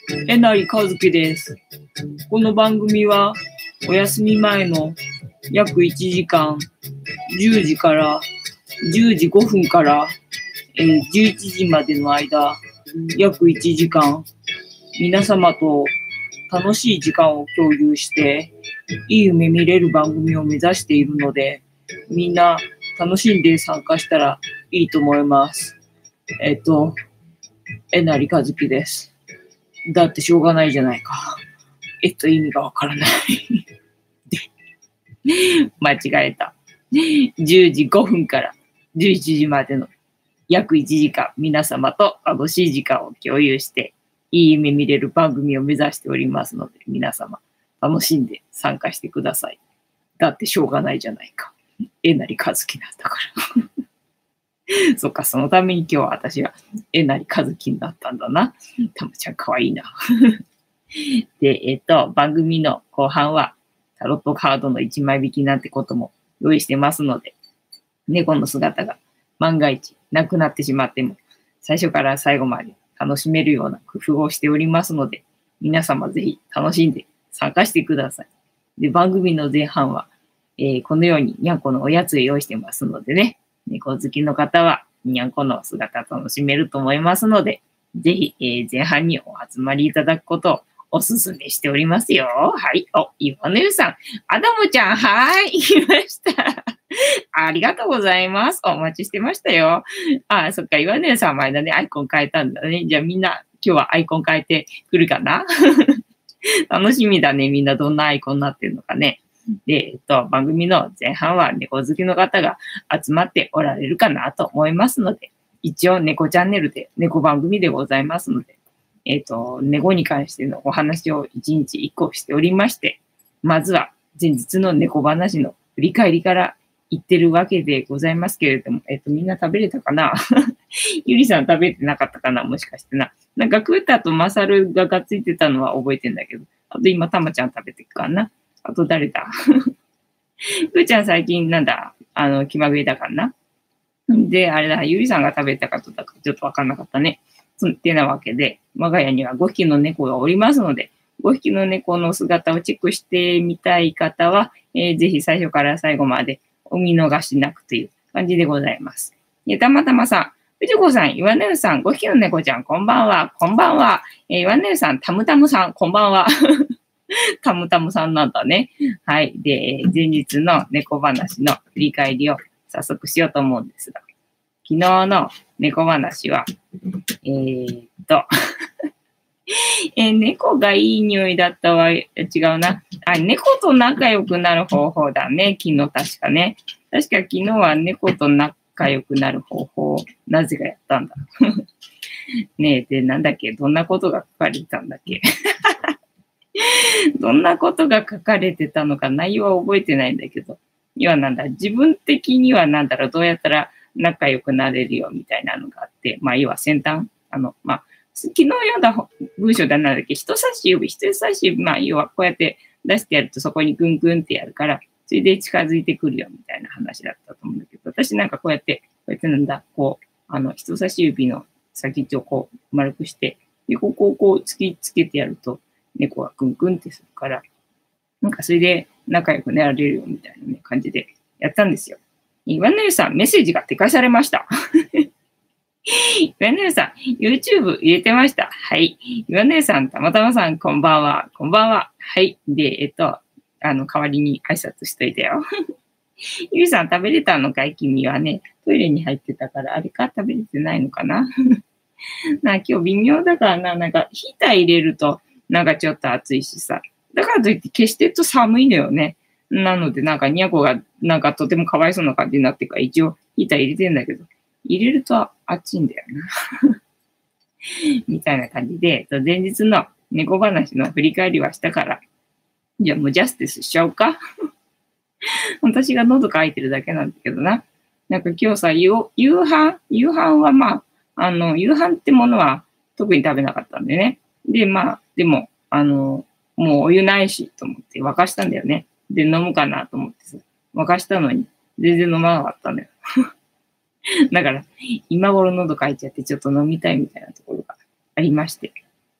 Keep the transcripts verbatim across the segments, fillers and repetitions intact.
えなりかずきです。この番組はお休み前の約いちじかん、じゅうじからじゅうじごふんから、えー、じゅういちじまでの間、約いちじかん、皆様と楽しい時間を共有して、いい夢見れる番組を目指しているので、みんな楽しんで参加したらいいと思います。えっと、えなりかずきです。だってしょうがないじゃないか。えっと、意味がわからない。間違えた。じゅうじごふんからじゅういちじまでの約いちじかん、皆様と楽しい時間を共有して、いい夢見れる番組を目指しておりますので、皆様楽しんで参加してください。だってしょうがないじゃないか。えなりかずきなんだから。そっか、そのために今日は私はえなりかずきになったんだな。たまちゃんかわいいな。で、えっと、番組の後半はタロットカードのいちまい引きなんてことも用意してますので、猫の姿が万が一なくなってしまっても、最初から最後まで楽しめるような工夫をしておりますので、皆様ぜひ楽しんで参加してください。で、番組の前半は、えー、このようににゃんこのおやつを用意してますのでね、猫好きの方はにゃんこの姿楽しめると思いますので、ぜひ、えー、前半にお集まりいただくことをおすすめしておりますよ。はい。お、岩根ゆさん。アダムちゃん、はい。いました。ありがとうございます。お待ちしてましたよ。あ、そっか。岩根ゆさん前だね。アイコン変えたんだね。じゃあみんな、今日はアイコン変えてくるかな楽しみだね。みんなどんなアイコンになってるのかね。で、えっと、番組の前半は猫好きの方が集まっておられるかなと思いますので、一応猫チャンネルで猫番組でございますので、えっと、猫に関してのお話をいちにちいっこしておりまして、まずは前日の猫話の振り返りから言ってるわけでございますけれども、えっと、みんな食べれたかなゆりさん食べてなかったかなもしかしてな。なんかクータとマサルががっついてたのは覚えてんだけど、あと今たまちゃん食べてくかな。あと誰だふーちゃん最近なんだあの、気まぐれだからな。で、あれだ、ゆりさんが食べたかとだかちょっとわかんなかったね。ってなわけで、我が家にはごひきの猫がおりますので、ごひきの猫の姿をチェックしてみたい方は、えー、ぜひ最初から最後までお見逃しなくという感じでございます。で、たまたまさん、藤子さん、岩根さん、ごひきの猫ちゃん、こんばんは、こんばんは。えー、岩根さん、たむたむさん、こんばんは。たむたむさんなんだね。はい。で、前日の猫話の振り返りを早速しようと思うんですが、昨日の猫話は、えー、っとえー、猫がいい匂いだったわ、違うな。あ、猫と仲良くなる方法だね。昨日確かね。確か昨日は猫と仲良くなる方法をなぜかやったんだ。ねえ、で、なんだっけどんなことが書かれてたんだっけどんなことが書かれてたのか内容は覚えてないんだけど、要はなんだ、自分的にはなんだろう、どうやったら仲良くなれるよみたいなのがあって、まあ要は先端、あの、まあ、昨日読んだ文章でなんだっけ、人差し指、人差し指、まあ要はこうやって出してやるとそこにグングンってやるから、それで近づいてくるよみたいな話だったと思うんだけど、私なんかこうやって、こうやってなんだ、こう、あの、人差し指の先っちょをこう丸くして、で、ここをこう突きつけてやると、猫がグングンってするから、なんかそれで仲良くなれるよみたいな、ね、感じでやったんですよ。岩根さん、メッセージが撤回されました。岩根さん、YouTube 入れてました。はい。岩根さん、たまたまさん、こんばんは。こんばんは。はい。で、えっと、あの、代わりに挨拶しといたよ。ゆりさん、食べれたのかい君はね、トイレに入ってたから、あれか食べれてないのかなな今日微妙だからな、なんかヒーター入れると、なんかちょっと暑いしさ。だからといって決してと寒いのよね。なのでなんかニャコがなんかとてもかわいそうな感じになってから一応ヒーター入れてんだけど、入れると暑いんだよな。みたいな感じで、前日の猫話の振り返りはしたから、じゃあもうジャスティスしちゃおうか。私が喉乾いてるだけなんだけどな。なんか今日さ、夕飯夕飯はまあ、あの、夕飯ってものは特に食べなかったんでね。で、まあ、でも、あの、もうお湯ないしと思って沸かしたんだよね。で、飲むかなと思ってさ、沸かしたのに全然飲まなかったんだよ。だから、今頃喉乾いちゃってちょっと飲みたいみたいなところがありまして。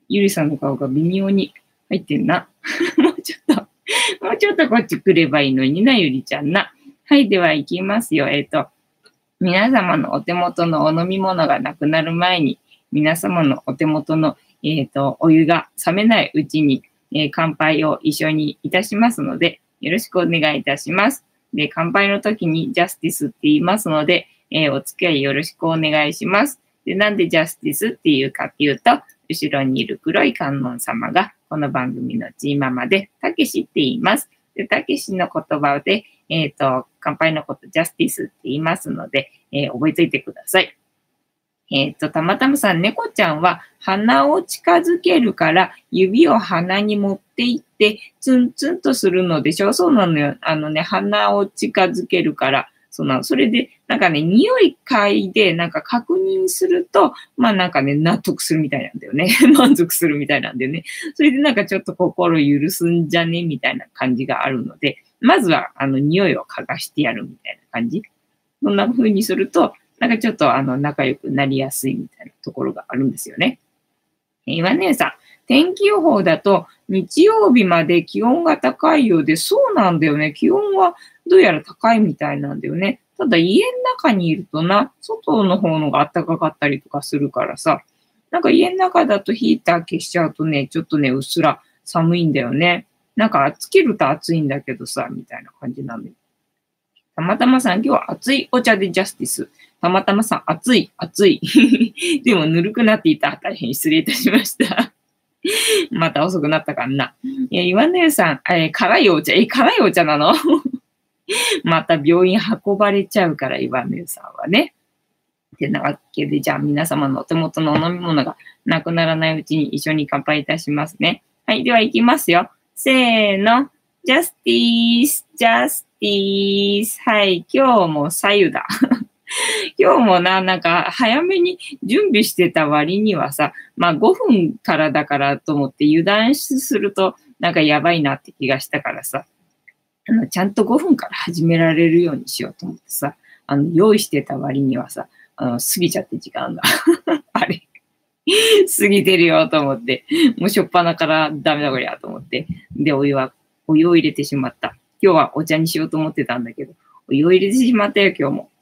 ゆりさんの顔が微妙に入ってんな。もうちょっと、もうちょっとこっち来ればいいのにな、ゆりちゃんな。はい、では行きますよ。えっと、皆様のお手元のお飲み物がなくなる前に、皆様のお手元の、えっと、お湯が冷めないうちに、えー乾杯を一緒にいたしますので、よろしくお願いいたします。で、乾杯の時にジャスティスって言いますので、えーお付き合いよろしくお願いします。で、なんでジャスティスっていうかっていうと、後ろにいる黒い観音様が、この番組のチーママで、たけしって言います。で、たけしの言葉で、えっと、乾杯のことジャスティスって言いますので、えー覚えておいてください。えっと、たまたまさん、猫ちゃんは鼻を近づけるから、指を鼻に持っていって、ツンツンとするのでしょ。そうなのよ。あのね、鼻を近づけるから、そうなの。それで、なんかね、匂い嗅いで、なんか確認すると、まあなんかね、納得するみたいなんだよね。満足するみたいなんだよね。それでなんかちょっと心許すんじゃねみたいな感じがあるので、まずは、あの、匂いを嗅がしてやるみたいな感じ。そんな風にすると、なんかちょっとあの仲良くなりやすいみたいなところがあるんですよね。岩姉さん、天気予報だと日曜日まで気温が高いようで、そうなんだよね。気温はどうやら高いみたいなんだよね。ただ家の中にいるとな、外の方のが暖かかったりとかするからさ、なんか家の中だとヒーター消しちゃうとね、ちょっとね、うっすら寒いんだよね。なんかつけると暑いんだけどさ、みたいな感じなんだよ。たまたまさん、今日は熱いお茶でジャスティス。たまたまさん、熱い、熱い。でも、ぬるくなっていた。大変失礼いたしました。また遅くなったかな。えー、岩根さん、えー、辛いお茶、えー、辛いお茶なのまた病院運ばれちゃうから、岩根さんはね。てなわけで、じゃあ皆様のお手元のお飲み物がなくならないうちに一緒に乾杯いたしますね。はい、では行きますよ。せーの。ジャスティース、ジャスティース。はい、今日も左右だ。今日もな、なんか早めに準備してた割にはさ、まあごふんからだからと思って油断するとなんかやばいなって気がしたからさ、あのちゃんとごふんから始められるようにしようと思ってさ、あの用意してた割にはさ、あの過ぎちゃって時間が。あれ過ぎてるよと思って、もうしょっぱなからダメだこりゃと思って、で、お湯は、お湯を入れてしまった。今日はお茶にしようと思ってたんだけど、お湯を入れてしまったよ、今日も。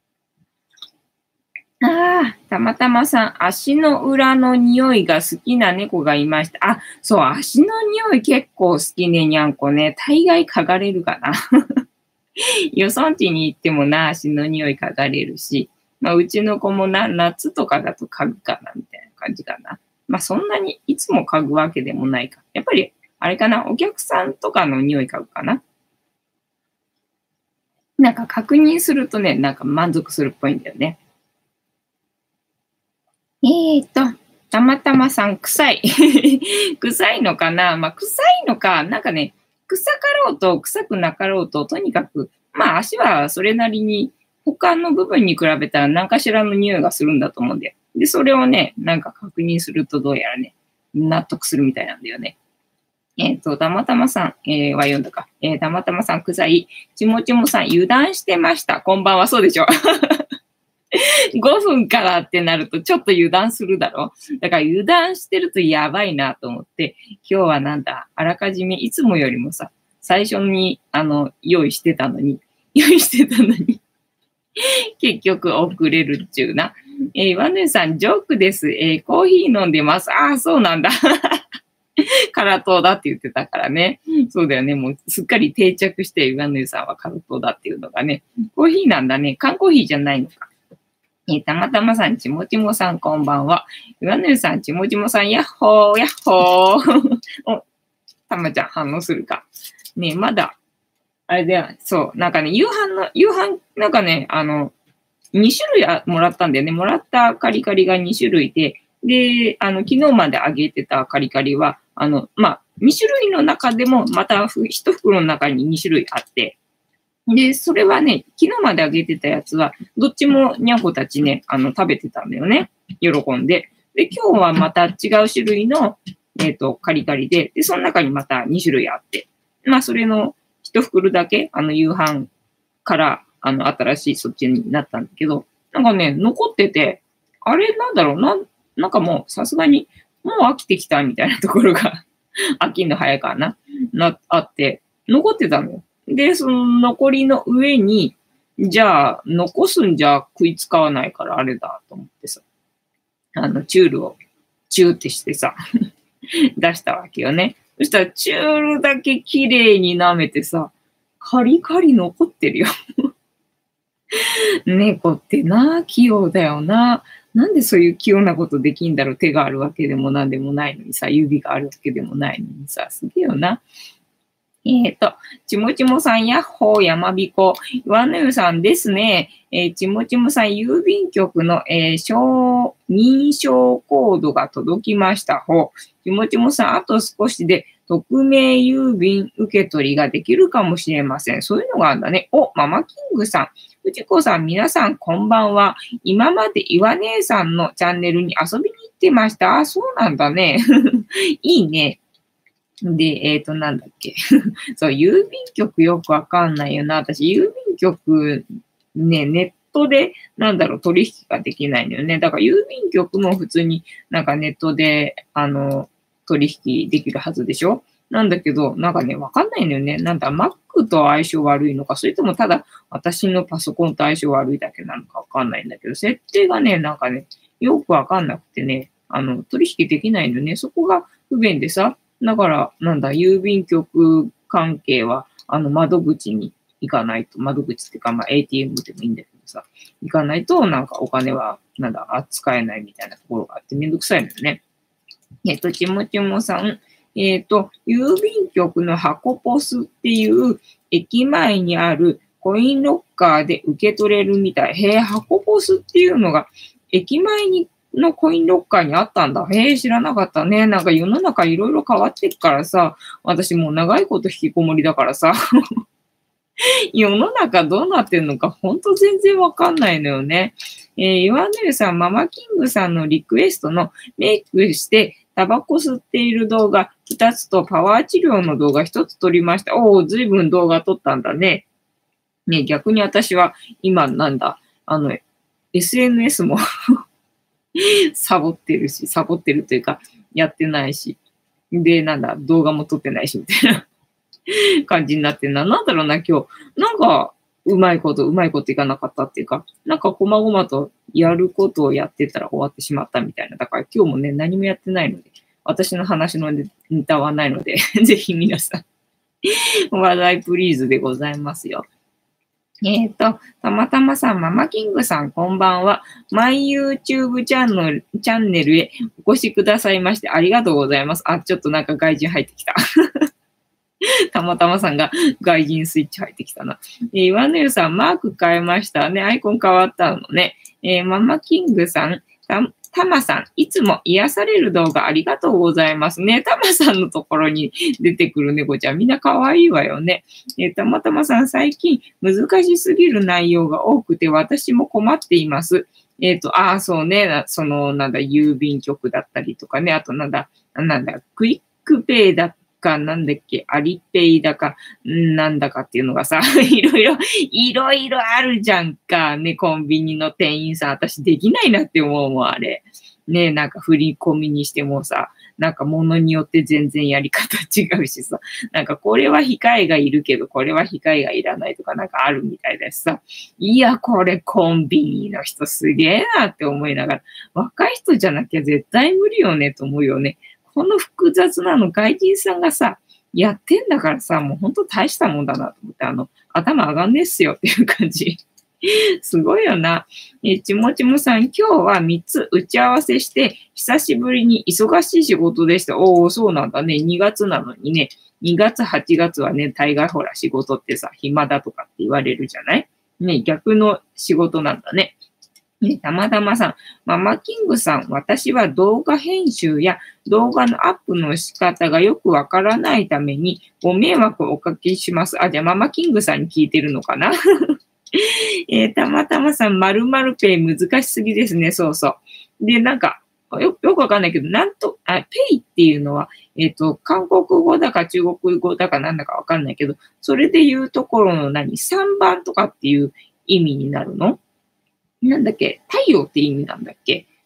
ああ、たまたまさん、足の裏の匂いが好きな猫がいました。あ、そう、足の匂い結構好きね、にゃんこね。大概嗅がれるかな。よそんちに行ってもな、足の匂い嗅がれるし、まあ、うちの子もな、夏とかだと嗅ぐかな、みたいな感じかな。まあ、そんなにいつも嗅ぐわけでもないか。やっぱり、あれかな、お客さんとかの匂い嗅ぐかな。なんか確認するとね、なんか満足するっぽいんだよね。えーと、たまたまさん、臭い。臭いのかな、まあ、臭いのか、なんかね、臭かろうと臭くなかろうと、とにかく、まあ足はそれなりに他の部分に比べたら何かしらの匂いがするんだと思うんだよ。で、それをね、なんか確認するとどうやらね、納得するみたいなんだよね。えっ、と、たまたまさん、えー、は読んだか。えー、たまたまさん、臭い。ちもちもさん、油断してました。こんばんは、そうでしょ。ごふんからってなるとちょっと油断するだろ。だから油断してるとやばいなと思って、今日はなんだ、あらかじめいつもよりもさ、最初にあの用意してたのに、用意してたのに、結局遅れるっちゅうな。えー、ワンネさん、ジョークです。えー、コーヒー飲んでます。ああ、そうなんだ。辛党だって言ってたからね。そうだよね。もうすっかり定着して、ワンネさんは辛党だっていうのがね。コーヒーなんだね。缶コーヒーじゃないのか。えー、たまたまさん、ちもちもさん、こんばんは。岩根さん、ちもちもさん、やっほー、やっほー。お、たまちゃん、反応するか。ねえ、まだ、あれだよ、そう、なんかね、夕飯の、夕飯、なんかね、あの、に種類あもらったんだよね。もらったカリカリがに種類で、で、あの、昨日まであげてたカリカリは、あの、まあ、に種類の中でも、またいち袋の中にに種類あって、で、それはね、昨日まであげてたやつは、どっちもにゃんこたちね、あの、食べてたんだよね。喜んで。で、今日はまた違う種類の、えっと、カリカリで、で、その中にまたに種類あって、まあ、それの一袋だけ、あの、夕飯から、あの、新しいそっちになったんだけど、なんかね、残ってて、あれなんだろうな、なんかもう、さすがに、 もう飽きてきたみたいなところが飽きんの早いからな、な、あって、残ってたのよ。で、その残りの上に、じゃあ、残すんじゃ食いつかわないからあれだと思ってさ、あの、チュールをチューってしてさ、出したわけよね。そしたら、チュールだけ綺麗に舐めてさ、カリカリ残ってるよ。猫ってな、器用だよな。なんでそういう器用なことできんだろう。手があるわけでもなんでもないのにさ、指があるわけでもないのにさ、すげえよな。えっ、と、ちもちもさん、やっほー、やまびこ、わぬゆさんですね。えーちもちもさん、郵便局の、えー証認証コードが届きました。ほう。ちもちもさん、あと少しで匿名郵便受け取りができるかもしれません。そういうのがあるんだね。お、ママキングさん、藤子さん、皆さん、こんばんは。今まで岩姉さんのチャンネルに遊びに行ってました。あ、そうなんだね。いいね。で、えっ、と、なんだっけ。そう、郵便局よくわかんないよな。私、郵便局、ね、ネットで、なんだろう、取引ができないのよね。だから、郵便局も普通になんかネットで、あの、取引できるはずでしょ。なんだけど、なんかね、わかんないのよね。なんだ、Mac と相性悪いのか、それともただ、私のパソコンと相性悪いだけなのかわかんないんだけど、設定がね、なんかね、よくわかんなくてね、あの、取引できないのね。そこが不便でさ、だから、なんだ、郵便局関係は、あの、窓口に行かないと、窓口っていうか、まあ、エーティーエム でもいいんだけどさ、行かないと、なんかお金は、なんだ、扱えないみたいなところがあってめんどくさいのよね。えっと、ちもちもさん、えっと、郵便局の箱ポスっていう駅前にあるコインロッカーで受け取れるみたい。へえ、箱ポスっていうのが駅前にのコインロッカーにあったんだ。へえ、知らなかったね。なんか世の中いろいろ変わってっからさ、私もう長いこと引きこもりだからさ、世の中どうなってんのかほんと全然わかんないのよね。えー、岩根さん、ママキングさんのリクエストのメイクしてタバコ吸っている動画ふたつとパワー治療の動画ひとつ撮りました。おお、ずいぶん動画撮ったんだね。ね、逆に私は今なんだ、あの、エスエヌエス もサボってるし、サボってるというか、やってないし。で、なんだ、動画も撮ってないし、みたいな感じになってんな。なんだろうな、今日。なんか、うまいこと、うまいこといかなかったっていうか、なんか、こまごまとやることをやってたら終わってしまったみたいな。だから今日もね、何もやってないので、私の話のネタはないので、ぜひ皆さん、話題プリーズでございますよ。えっ、と、たまたまさん、ママキングさん、こんばんは。マイ YouTube チャンネル、チャンネルへお越しくださいましてありがとうございます。あ、ちょっとなんか外人入ってきた。たまたまさんが外人スイッチ入ってきたな。えー、岩根さん、マーク変えましたね。アイコン変わったのね。えー、ママキングさん、たたまさん、いつも癒される動画ありがとうございますね。たまさんのところに出てくる猫ちゃん、みんな可愛いわよね。えー、たまたまさん、最近難しすぎる内容が多くて私も困っています。えっ、と、ああ、そうね。その、なんだ、郵便局だったりとかね。あと、なんだ、なんだ、クイックペイだったりか、なんだっけ、アリペイだか、なんだかっていうのがさ、いろいろ、いろいろあるじゃんか。ね、コンビニの店員さん、私できないなって思うもん、あれ。ね、なんか振り込みにしてもさ、なんか物によって全然やり方違うしさ、なんかこれは控えがいるけど、これは控えがいらないとかなんかあるみたいだしさ、いや、これコンビニの人すげえなって思いながら、若い人じゃなきゃ絶対無理よねと思うよね。この複雑なの外人さんがさ、やってんだからさ、もうほんと大したもんだなと思って、あの、頭上がんねっすよっていう感じ。すごいよな。え、ちもちもさん、今日はみっつ打ち合わせして、久しぶりに忙しい仕事でした。おー、そうなんだね。にがつなのにね。にがつ、はちがつはね、大概ほら仕事ってさ、暇だとかって言われるじゃないね、逆の仕事なんだね。ね、たまたまさん、ママキングさん、私は動画編集や動画のアップの仕方がよくわからないためにご迷惑をおかけします。あ、じゃあママキングさんに聞いてるのかなえー、たまたまさん、〇〇ペイ難しすぎですね。そうそう。で、なんか、よ、よくわかんないけど、なんと、あ、ペイっていうのは、えっと、韓国語だか中国語だかなんだかわかんないけど、それで言うところの何、さんばんとかっていう意味になるのなんだっけ太陽って意味なんだっけ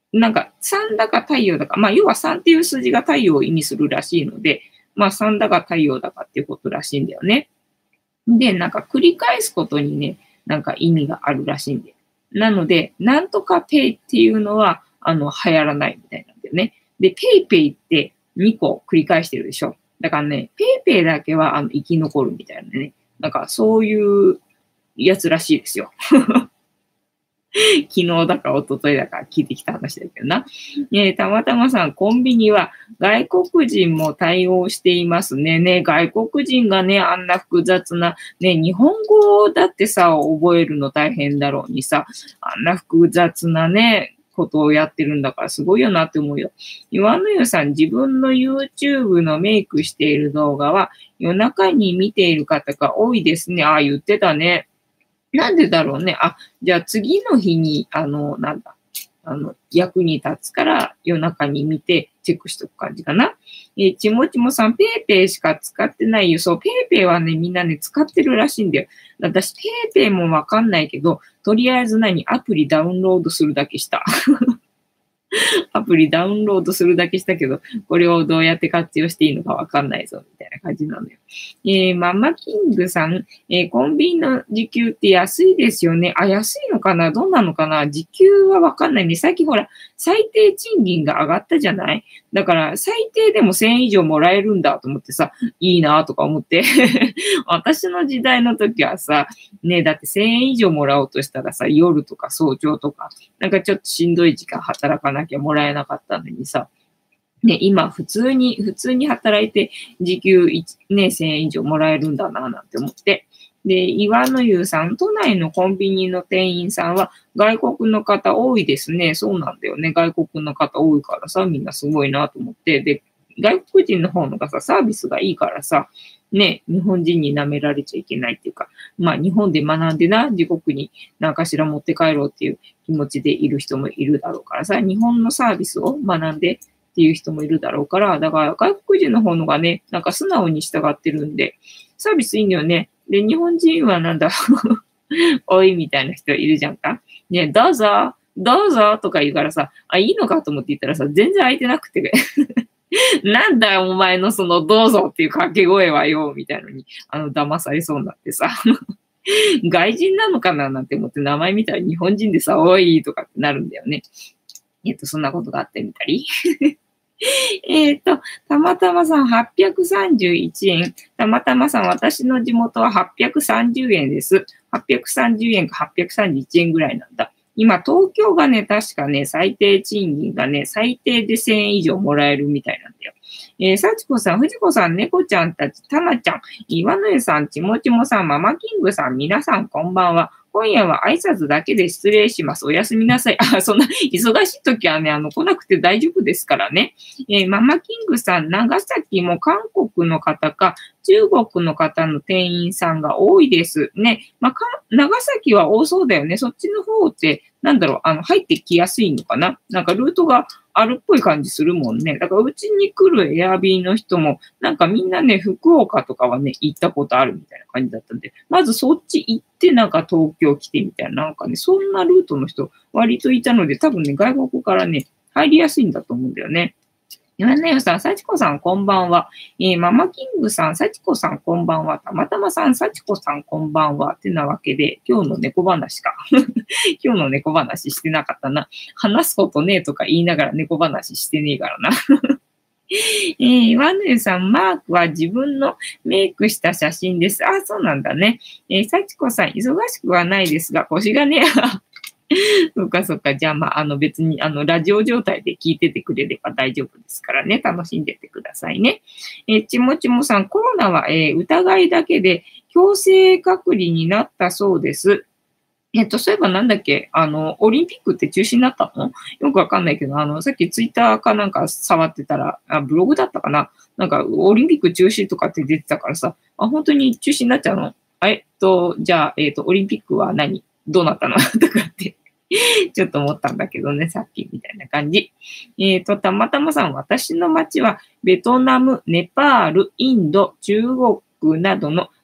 なんかさんだか太陽だか、まあ要はさんっていう数字が太陽を意味するらしいので、まあさんだか太陽だかっていうことらしいんだよね。で、なんか繰り返すことにね、なんか意味があるらしいんだよ。なので、なんとかペイっていうのは、あの、流行らないみたいなんだよね。で、ペイペイってにこ繰り返してるでしょ。だからね、ペイペイだけはあの生き残るみたいなね。なんかそういうやつらしいですよ。昨日だか一昨日だか聞いてきた話だけどな。えー、たまたまさん、コンビニは外国人も対応していますね。ね、外国人がね、あんな複雑な、ね、日本語だってさ、覚えるの大変だろうにさ、あんな複雑なね、ことをやってるんだからすごいよなって思うよ。岩野湯さん、自分の YouTube のメイクしている動画は夜中に見ている方が多いですね。ああ、言ってたね。なんでだろうね。あ、じゃあ次の日に、あの、なんだ、あの、役に立つから夜中に見てチェックしとく感じかな。えー、ちもちもさん、ペイペイしか使ってないよ。そう、ペイペイはね、みんなね、使ってるらしいんだよ。私、ペイペイもわかんないけど、とりあえず何、アプリダウンロードするだけした。アプリダウンロードするだけしたけど、これをどうやって活用していいのかわかんないぞ、みたいな感じなのよ。えー、ママキングさん、えー、コンビニの時給って安いですよね。あ、安いのかなどうなのかな時給はわかんないね。最近ほら、最低賃金が上がったじゃないだから、最低でもせんえん以上もらえるんだと思ってさ、いいなとか思って。私の時代の時はさ、ね、だってせんえん以上もらおうとしたらさ、夜とか早朝とか、なんかちょっとしんどい時間働かなきゃもらえなかったのにさ、ね、今普通に、普通に働いて時給ね、せんえん以上もらえるんだな、なんて思って。で、岩野湯さん、都内のコンビニの店員さんは外国の方多いですね。そうなんだよね。外国の方多いからさ、みんなすごいなと思って。で、外国人の方のがさ、サービスがいいからさ、ね、日本人に舐められちゃいけないっていうか、まあ日本で学んでな、自国に何かしら持って帰ろうっていう気持ちでいる人もいるだろうからさ、日本のサービスを学んでっていう人もいるだろうから、だから外国人の方のがね、なんか素直に従ってるんで、サービスいいんだよね。で、日本人はなんだ、おいみたいな人いるじゃんか。ね、どうぞ、どうぞとか言うからさ、あ、いいのかと思って言ったらさ、全然空いてなくて、なんだよ、お前のそのどうぞっていう掛け声はよ、みたいなのに、あの、騙されそうになってさ、外人なのかななんて思って名前見たら日本人でさ、おいとかってなるんだよね。えっと、そんなことがあってみたり。えっと、たまたまさんはっぴゃくさんじゅういちえん。たまたまさん、私の地元ははっぴゃくさんじゅうえんです。はっぴゃくさんじゅうえんかはっぴゃくさんじゅういちえんぐらいなんだ。今、東京がね、確かね、最低賃金がね、最低でせんえん以上もらえるみたいなんだよ。えー、幸子さん、藤子さん、猫ちゃんたち、たなちゃん、岩野江さん、ちもちもさん、ママキングさん、皆さん、こんばんは。今夜は挨拶だけで失礼します。おやすみなさい。あ、そんな、忙しい時はね、あの、来なくて大丈夫ですからね。えー、ママキングさん、長崎も韓国の方か、中国の方の店員さんが多いですね。まあ、か長崎は多そうだよね。そっちの方って、なんだろう、あの、入ってきやすいのかななんかルートがあるっぽい感じするもんね。だからうちに来るエアビーの人も、なんかみんなね、福岡とかはね、行ったことあるみたいな感じだったんで、まずそっち行って、なんか東京来てみたいな、なんかね、そんなルートの人割といたので、多分ね、外国からね、入りやすいんだと思うんだよね。岩根さん、幸子さん、こんばんは。えー、ママキングさん、幸子さん、こんばんは。たまたまさん、幸子さん、こんばんは。ってなわけで、今日の猫話か。今日の猫話してなかったな。話すことねえとか言いながら猫話してねえからな。えー、ワヌエさん、マークは自分のメイクした写真です。あ、そうなんだね。えー、幸子さん、忙しくはないですが、腰がね、そっかそっか。じゃあ、まあ、あの別に、あの、ラジオ状態で聞いててくれれば大丈夫ですからね。楽しんでてくださいね。えー、ちもちもさん、コロナは、えー、疑いだけで強制隔離になったそうです。えっと、そういえばなんだっけあの、オリンピックって中止になったのよくわかんないけど、あの、さっきツイッターかなんか触ってたら、あ、ブログだったかななんか、オリンピック中止とかって出てたからさ、あ、本当に中止になっちゃうのえっと、じゃあ、えっと、オリンピックは何どうなったのとかってちょっと思ったんだけどね、さっきみたいな感じ。えっと、たまたまさん、私の街はベトナム、ネパール、インド、中国などの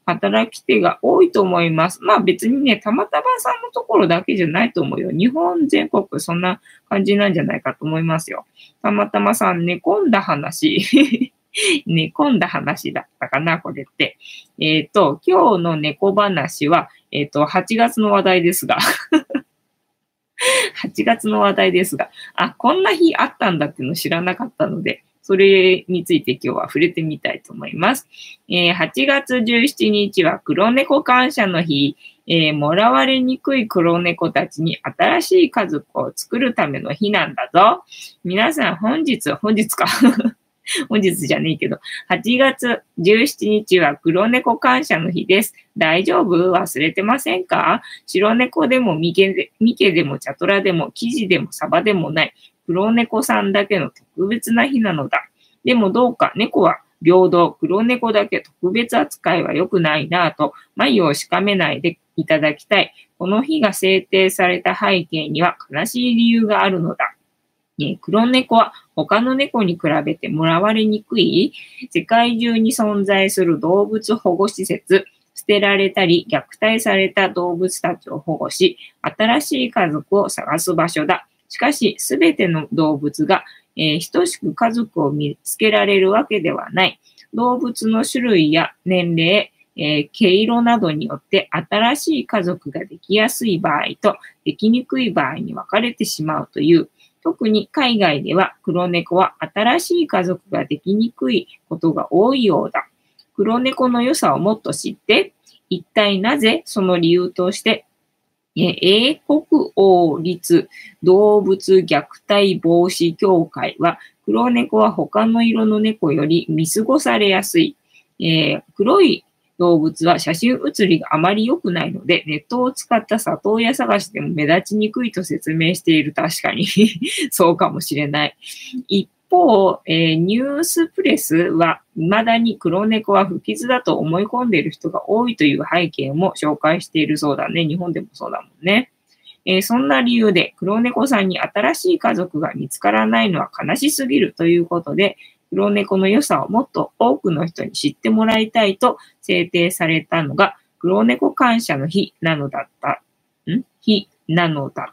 働き手が多いと思います。まあ別にね、たまたまさんのところだけじゃないと思うよ。日本全国そんな感じなんじゃないかと思いますよ。たまたまさん、寝込んだ話。寝込んだ話だったかな、これって。えっと、今日の猫話は、えっと、はちがつの話題ですが。はちがつの話題ですが、あ、こんな日あったんだっていうの知らなかったので、それについて今日は触れてみたいと思います。えー、はちがつじゅうしちにちは黒猫感謝の日、えー、もらわれにくい黒猫たちに新しい家族を作るための日なんだぞ。皆さん本日、本日か。本日じゃねえけど、はちがつじゅうしちにちは黒猫感謝の日です。大丈夫？忘れてませんか？白猫でもミケでミケでもチャトラでもキジでもサバでもない黒猫さんだけの特別な日なのだ。でもどうか猫は平等、黒猫だけ特別扱いは良くないなぁと眉をしかめないでいただきたい。この日が制定された背景には悲しい理由があるのだ。黒猫は他の猫に比べてもらわれにくい世界中に存在する動物保護施設、捨てられたり虐待された動物たちを保護し、新しい家族を探す場所だ。しかし、すべての動物が、えー、等しく家族を見つけられるわけではない。動物の種類や年齢、えー、毛色などによって新しい家族ができやすい場合とできにくい場合に分かれてしまうという。特に海外では黒猫は新しい家族ができにくいことが多いようだ。黒猫の良さをもっと知って、一体なぜその理由として、英国王立動物虐待防止協会は黒猫は他の色の猫より見過ごされやすい。えー、黒い動物は写真写りがあまり良くないので、ネットを使った里親探しでも目立ちにくいと説明している。確かにそうかもしれない。一方、えー、ニュースプレスは未だに黒猫は不吉だと思い込んでいる人が多いという背景も紹介しているそうだね。日本でもそうだもんね。えー、そんな理由で黒猫さんに新しい家族が見つからないのは悲しすぎるということで、黒猫の良さをもっと多くの人に知ってもらいたいと制定されたのが黒猫感謝の日なのだった。ん日なのだった。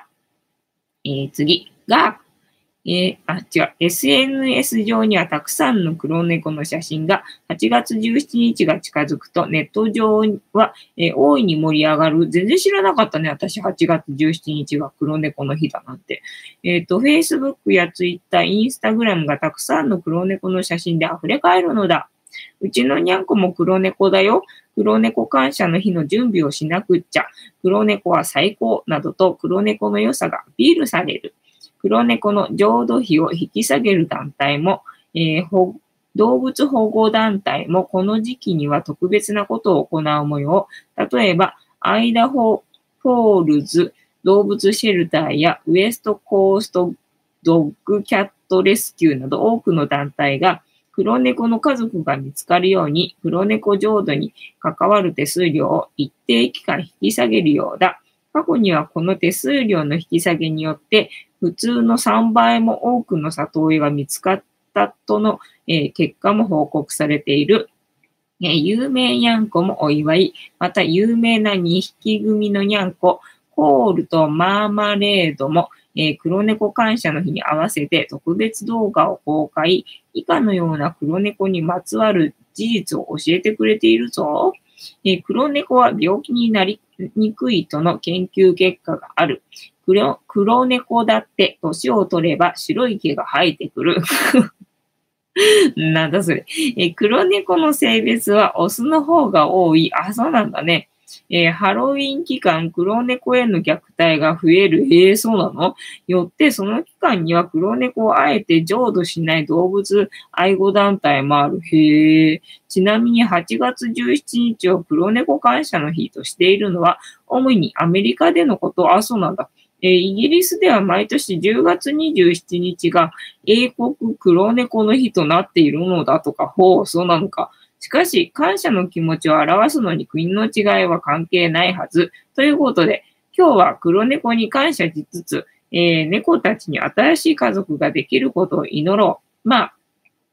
えー、次が、えー、あ、違う。エスエヌエス 上にはたくさんの黒猫の写真がはちがつじゅうしちにちが近づくとネット上は、えー、大いに盛り上がる。全然知らなかったね。私はちがつじゅうしちにちが黒猫の日だなんて。えっと、Facebook や Twitter、Instagram がたくさんの黒猫の写真で溢れ返るのだ。うちのにゃんこも黒猫だよ。黒猫感謝の日の準備をしなくっちゃ。黒猫は最高などと黒猫の良さがアピールされる。黒猫の浄土費を引き下げる団体も、えー、動物保護団体もこの時期には特別なことを行う模様。例えば、アイダホフォールズ動物シェルターやウエストコーストドッグキャットレスキューなど多くの団体が黒猫の家族が見つかるように黒猫浄土に関わる手数料を一定期間引き下げるようだ。過去にはこの手数料の引き下げによって普通のさんばいも多くの里親が見つかったとの、えー、結果も報告されている。えー、有名にゃんこもお祝い。また有名なにひき組のにゃんこ、コールとマーマレードも、えー、黒猫感謝の日に合わせて特別動画を公開。以下のような黒猫にまつわる事実を教えてくれているぞ。えー、黒猫は病気になりにくいとの研究結果がある。黒、黒猫だって年を取れば白い毛が生えてくる。なんだそれ。えー、黒猫の性別はオスの方が多い。あ、そうなんだね。えー、ハロウィン期間、黒猫への虐待が増える。えー、そうなの？よって、その期間には黒猫をあえて浄土しない動物愛護団体もある。へえ。ちなみにはちがつじゅうしちにちを黒猫感謝の日としているのは、主にアメリカでのこと。あ、そうなんだ。えー、イギリスでは毎年じゅうがつにじゅうしちにちが英国黒猫の日となっているのだとか。ほう、そうなのか。しかし、感謝の気持ちを表すのに国の違いは関係ないはず。ということで、今日は黒猫に感謝しつつ、えー、猫たちに新しい家族ができることを祈ろう。まあ、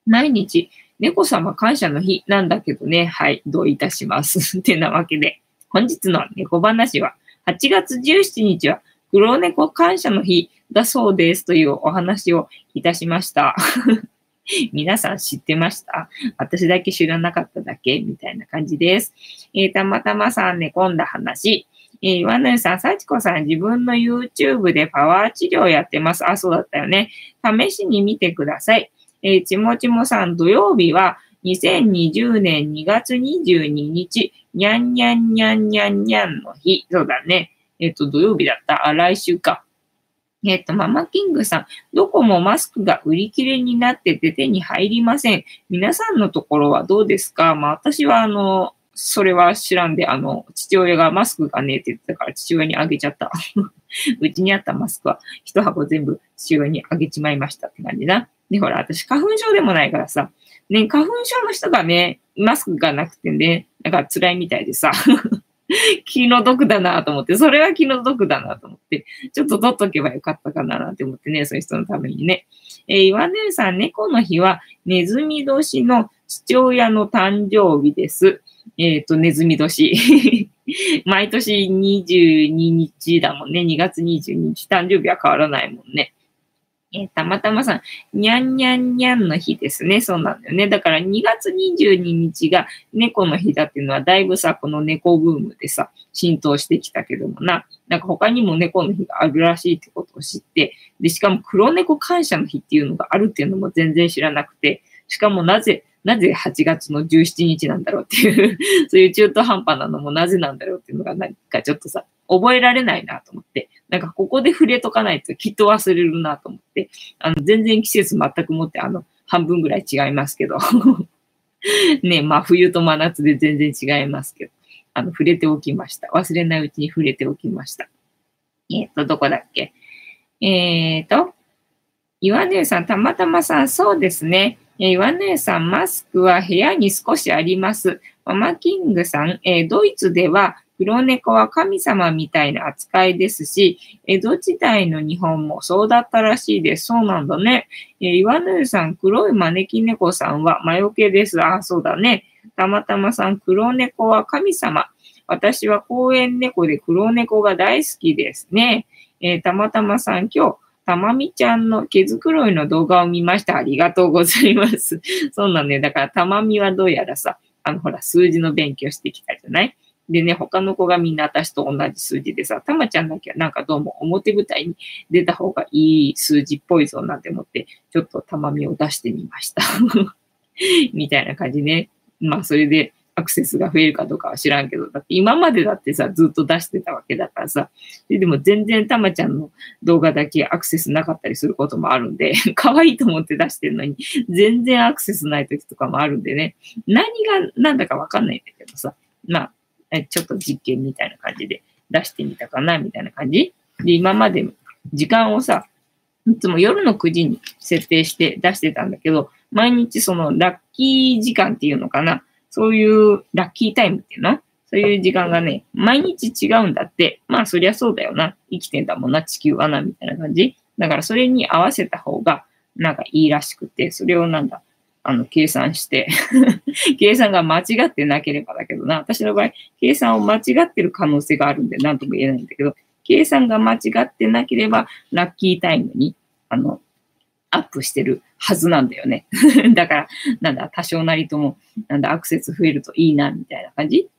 毎日、猫様感謝の日なんだけどね。はい、どういたします。ってなわけで、本日の猫話は、はちがつじゅうしちにちは黒猫感謝の日だそうですというお話をいたしました。皆さん知ってました？私だけ知らなかっただけみたいな感じです。えー、たまたまさん寝込んだ話。えー、ワンヌーさん、さちこさん、自分の YouTube でパワー治療やってます。あ、そうだったよね。試しに見てください。えー、ちもちもさん、土曜日はにせんにじゅうねんにがつにじゅうににち、にゃんにゃんにゃんにゃんにゃんの日。そうだね。えっと、土曜日だった。あ、来週か。えっと、ママキングさん、どこもマスクが売り切れになってて手に入りません。皆さんのところはどうですか？まあ、私は、あの、それは知らんで、あの、父親がマスクがねえって言ってたから父親にあげちゃった。うちにあったマスクは一箱全部父親にあげちまいましたって感じな。で、ほら、私花粉症でもないからさ、ね、花粉症の人がね、マスクがなくてね、なんか辛いみたいでさ、気の毒だなと思って、それは気の毒だなと思って、ちょっと取っとけばよかったかななんて思ってね、そういう人のためにね。えー、岩根さん、猫の日は、ネズミ年の父親の誕生日です。えっと、ネズミ年。毎年にじゅうににちだもんね。にがつにじゅうににち。誕生日は変わらないもんね。えー、たまたまさん、にゃんにゃんにゃんの日ですね。そうなんだよね。だからにがつにじゅうににちが猫の日だっていうのはだいぶさ、この猫ブームでさ、浸透してきたけどもな。なんか他にも猫の日があるらしいってことを知って、で、しかも黒猫感謝の日っていうのがあるっていうのも全然知らなくて、しかもなぜ、なぜはちがつのじゅうしちにちなんだろうっていう、そういう中途半端なのもなぜなんだろうっていうのがなんかちょっとさ、覚えられないなと思って、なんかここで触れとかないときっと忘れるなと思って、あの、全然季節全くもってあの、半分ぐらい違いますけど。ね、まあ冬と真夏で全然違いますけど、あの、触れておきました。忘れないうちに触れておきました。えっと、どこだっけ？えっと、岩根さん、たまたまさん、そうですね。えー、岩根さん、マスクは部屋に少しあります。ママキングさん、えー、ドイツでは黒猫は神様みたいな扱いですし、江戸時代の日本もそうだったらしいです。そうなんだね。えー、岩根さん、黒い招き猫さんは魔除けです。あ、そうだね。たまたまさん、黒猫は神様。私は公園猫で黒猫が大好きですね。えー、たまたまさん、今日、たまみちゃんの毛づくろいの動画を見ました。ありがとうございます。そうなんね。だから、たまみはどうやらさ、あの、ほら、数字の勉強してきたじゃない？でね、他の子がみんな私と同じ数字でさ、たまちゃんだけはなんかどうも表舞台に出た方がいい数字っぽいぞなんて思って、ちょっとたまみを出してみました。みたいな感じね。まあ、それで、アクセスが増えるかどうかは知らんけど、だって今までだってさ、ずっと出してたわけだからさ、ででも全然たまちゃんの動画だけアクセスなかったりすることもあるんで、可愛いと思って出してるのに、全然アクセスない時とかもあるんでね、何が何だかわかんないんだけどさ、まあ、ちょっと実験みたいな感じで出してみたかな、みたいな感じで、今まで時間をさ、いつも夜のくじに設定して出してたんだけど、毎日そのラッキー時間っていうのかな、そういうラッキータイムっていうの？そういう時間がね、毎日違うんだって。まあそりゃそうだよな。生きてんだもんな、地球はな、みたいな感じ。だからそれに合わせた方がなんかいいらしくて、それをなんだ、あの、計算して計算が間違ってなければだけどな。私の場合、計算を間違ってる可能性があるんで、なんとも言えないんだけど、計算が間違ってなければ、ラッキータイムに、あの、アップしてるはずなんだよね。だから、なんだ、多少なりとも、なんだ、アクセス増えるといいな、みたいな感じ。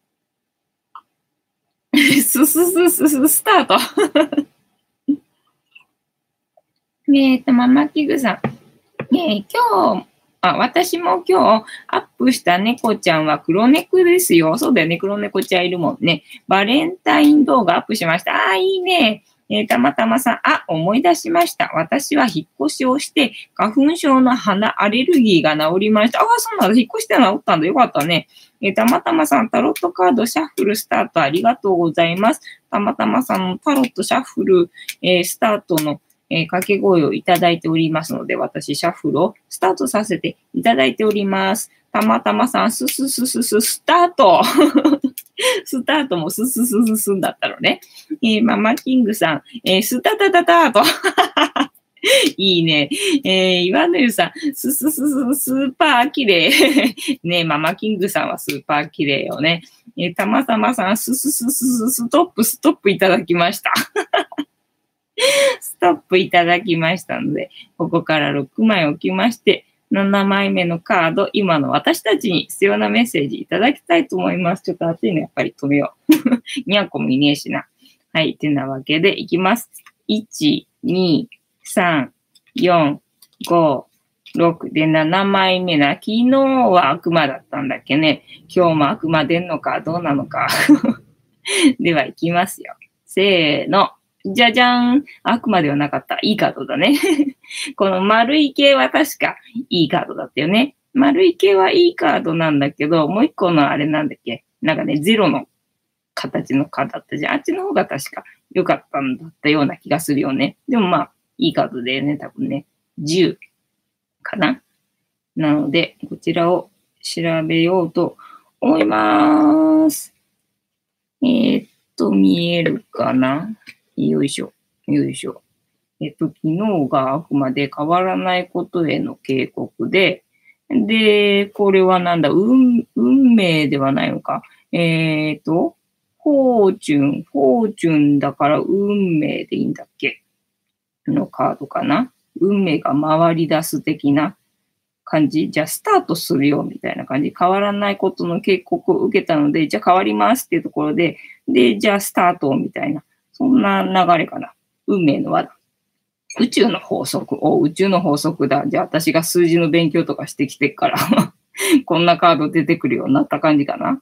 ススススススタート。えっと、ママキグさん。えー、今日、あ、私も今日アップした猫ちゃんは黒猫ですよ。そうだよね。黒猫ちゃんいるもんね。バレンタイン動画アップしました。あー、いいね。えー、たまたまさん、あ、思い出しました。私は引っ越しをして、花粉症の鼻アレルギーが治りました。ああ、そうなんだ。引っ越して治ったんだ。よかったね。えー、たまたまさん、タロットカードシャッフルスタートありがとうございます。たまたまさんのタロットシャッフル、えー、スタートの、えー、掛け声をいただいておりますので、私、シャッフルをスタートさせていただいております。たまたまさん、ススススス、スタートスタートもスススススンだったのね。えー、ママキングさん、えー、スタタタターといいね。えー、岩の湯さん、すすすす、スーパー綺麗。ね、ママキングさんはスーパー綺麗よね。えー、たまたまさん、すすすすす、ストップ、ストップいただきました。ストップいただきましたので、ここからろくまい置きまして、ななまいめのカード、今の私たちに必要なメッセージいただきたいと思います。ちょっと暑いのやっぱり止めよう。にゃんこもいねえしな。はい、てなわけでいきます。いち、に、さん、よん、ご、ろくでななまいめな。昨日は悪魔だったんだっけね。今日も悪魔出んのかどうなのか。では、いきますよ。せーの。じゃじゃーん。悪魔ではなかった。いいカードだね。この丸い系は確かいいカードだったよね。丸い系はいいカードなんだけど、もう一個のあれなんだっけ。なんかね、ゼロの形のカードだったじゃん。あっちの方が確か良かったんだったような気がするよね。でもまあ、いいカードだよね、多分ね。じゅうかな。なので、こちらを調べようと思います。えー、っと、見えるかな。よいしょ。よいしょ。えっと、昨日があくまで変わらないことへの警告で、で、これはなんだ、運、運命ではないのか。えー、っと、フォーチュン、フォーチュンだから運命でいいんだっけのカードかな。運命が回り出す的な感じ。じゃあ、スタートするよ、みたいな感じ。変わらないことの警告を受けたので、じゃあ変わりますっていうところで、で、じゃあスタート、みたいな。そんな流れかな。運命の輪だ。宇宙の法則。お、宇宙の法則だ。じゃあ私が数字の勉強とかしてきてっからこんなカード出てくるようになった感じかな。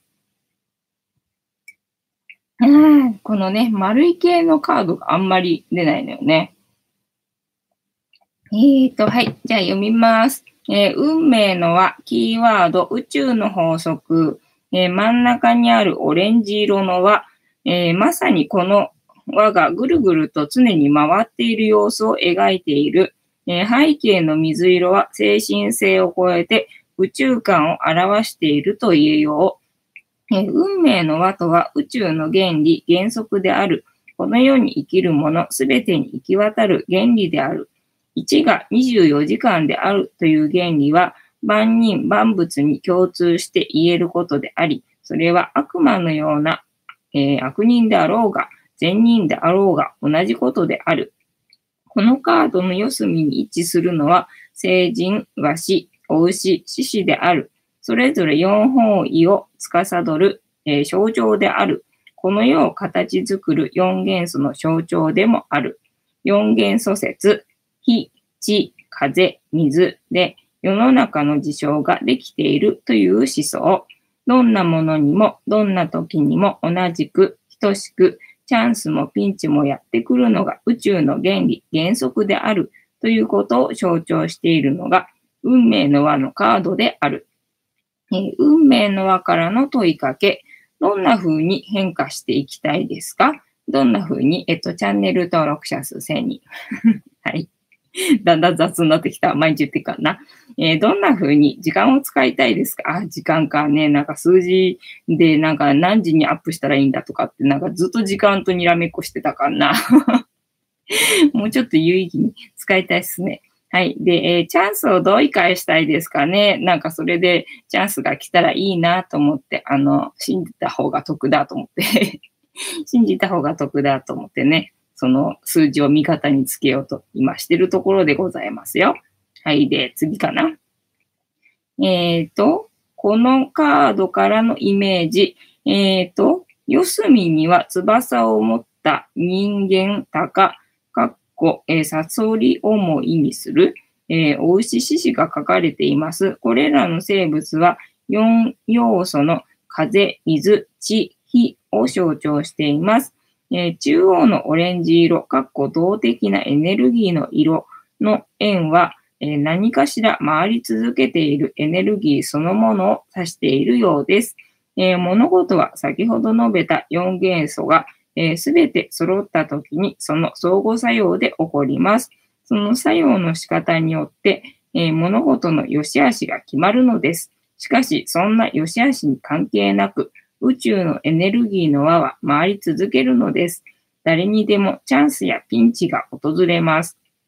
うん、このね、丸い系のカードがあんまり出ないのよね。えーと、はい。じゃあ読みます。えー、運命の輪、キーワード、宇宙の法則、えー、真ん中にあるオレンジ色の輪、えー、まさにこの輪がぐるぐると常に回っている様子を描いている。えー、背景の水色は精神性を超えて宇宙観を表していると言えよう。えー、運命の輪とは宇宙の原理、原則である。この世に生きるものすべてに行き渡る原理である。いちがにじゅうよじかんであるという原理は万人万物に共通して言えることであり、それは悪魔のような、えー、悪人であろうが、善人であろうが同じことである。このカードの四隅に位置するのは、聖人、和紙、お牛、獅子である。それぞれ四方位を司る、えー、象徴である。この世を形作る四元素の象徴でもある。四元素説、火、地、風、水で世の中の事象ができているという思想。どんなものにも、どんな時にも同じく、等しく、チャンスもピンチもやってくるのが宇宙の原理、原則であるということを象徴しているのが運命の輪のカードである。えー、運命の輪からの問いかけ、どんな風に変化していきたいですか？どんな風に、えっと、チャンネル登録者数せんにん。はい。だんだん雑になってきた。毎日言ってかな。えー、どんな風に時間を使いたいですか？あ、時間かね。なんか数字でなんか何時にアップしたらいいんだとかってなんかずっと時間とにらめっこしてたからな。もうちょっと有意義に使いたいっすね。はい。で、えー、チャンスをどう生かしたいですかね。なんかそれでチャンスが来たらいいなと思って、あの、信じた方が得だと思って信じた方が得だと思ってね。その数字を味方につけようと今してるところでございますよ。はい。で、次かな。えっと、このカードからのイメージ。えっと、四隅には翼を持った人間、鷹、かっこ、えー、サソリをも意味する、えー、お牛獅子が書かれています。これらの生物はよん要素の風、水、地、火を象徴しています。えー、中央のオレンジ色、かっこ動的なエネルギーの色の円は、えー、何かしら回り続けているエネルギーそのものを指しているようです。えー、物事は先ほど述べたよん元素がすべ、えー、て揃ったときにその相互作用で起こります。その作用の仕方によって、えー、物事の良し悪しが決まるのです。しかし、そんな良し悪しに関係なく、宇宙のエネルギーの輪は回り続けるのです。誰にでもチャンスやピンチが訪れます。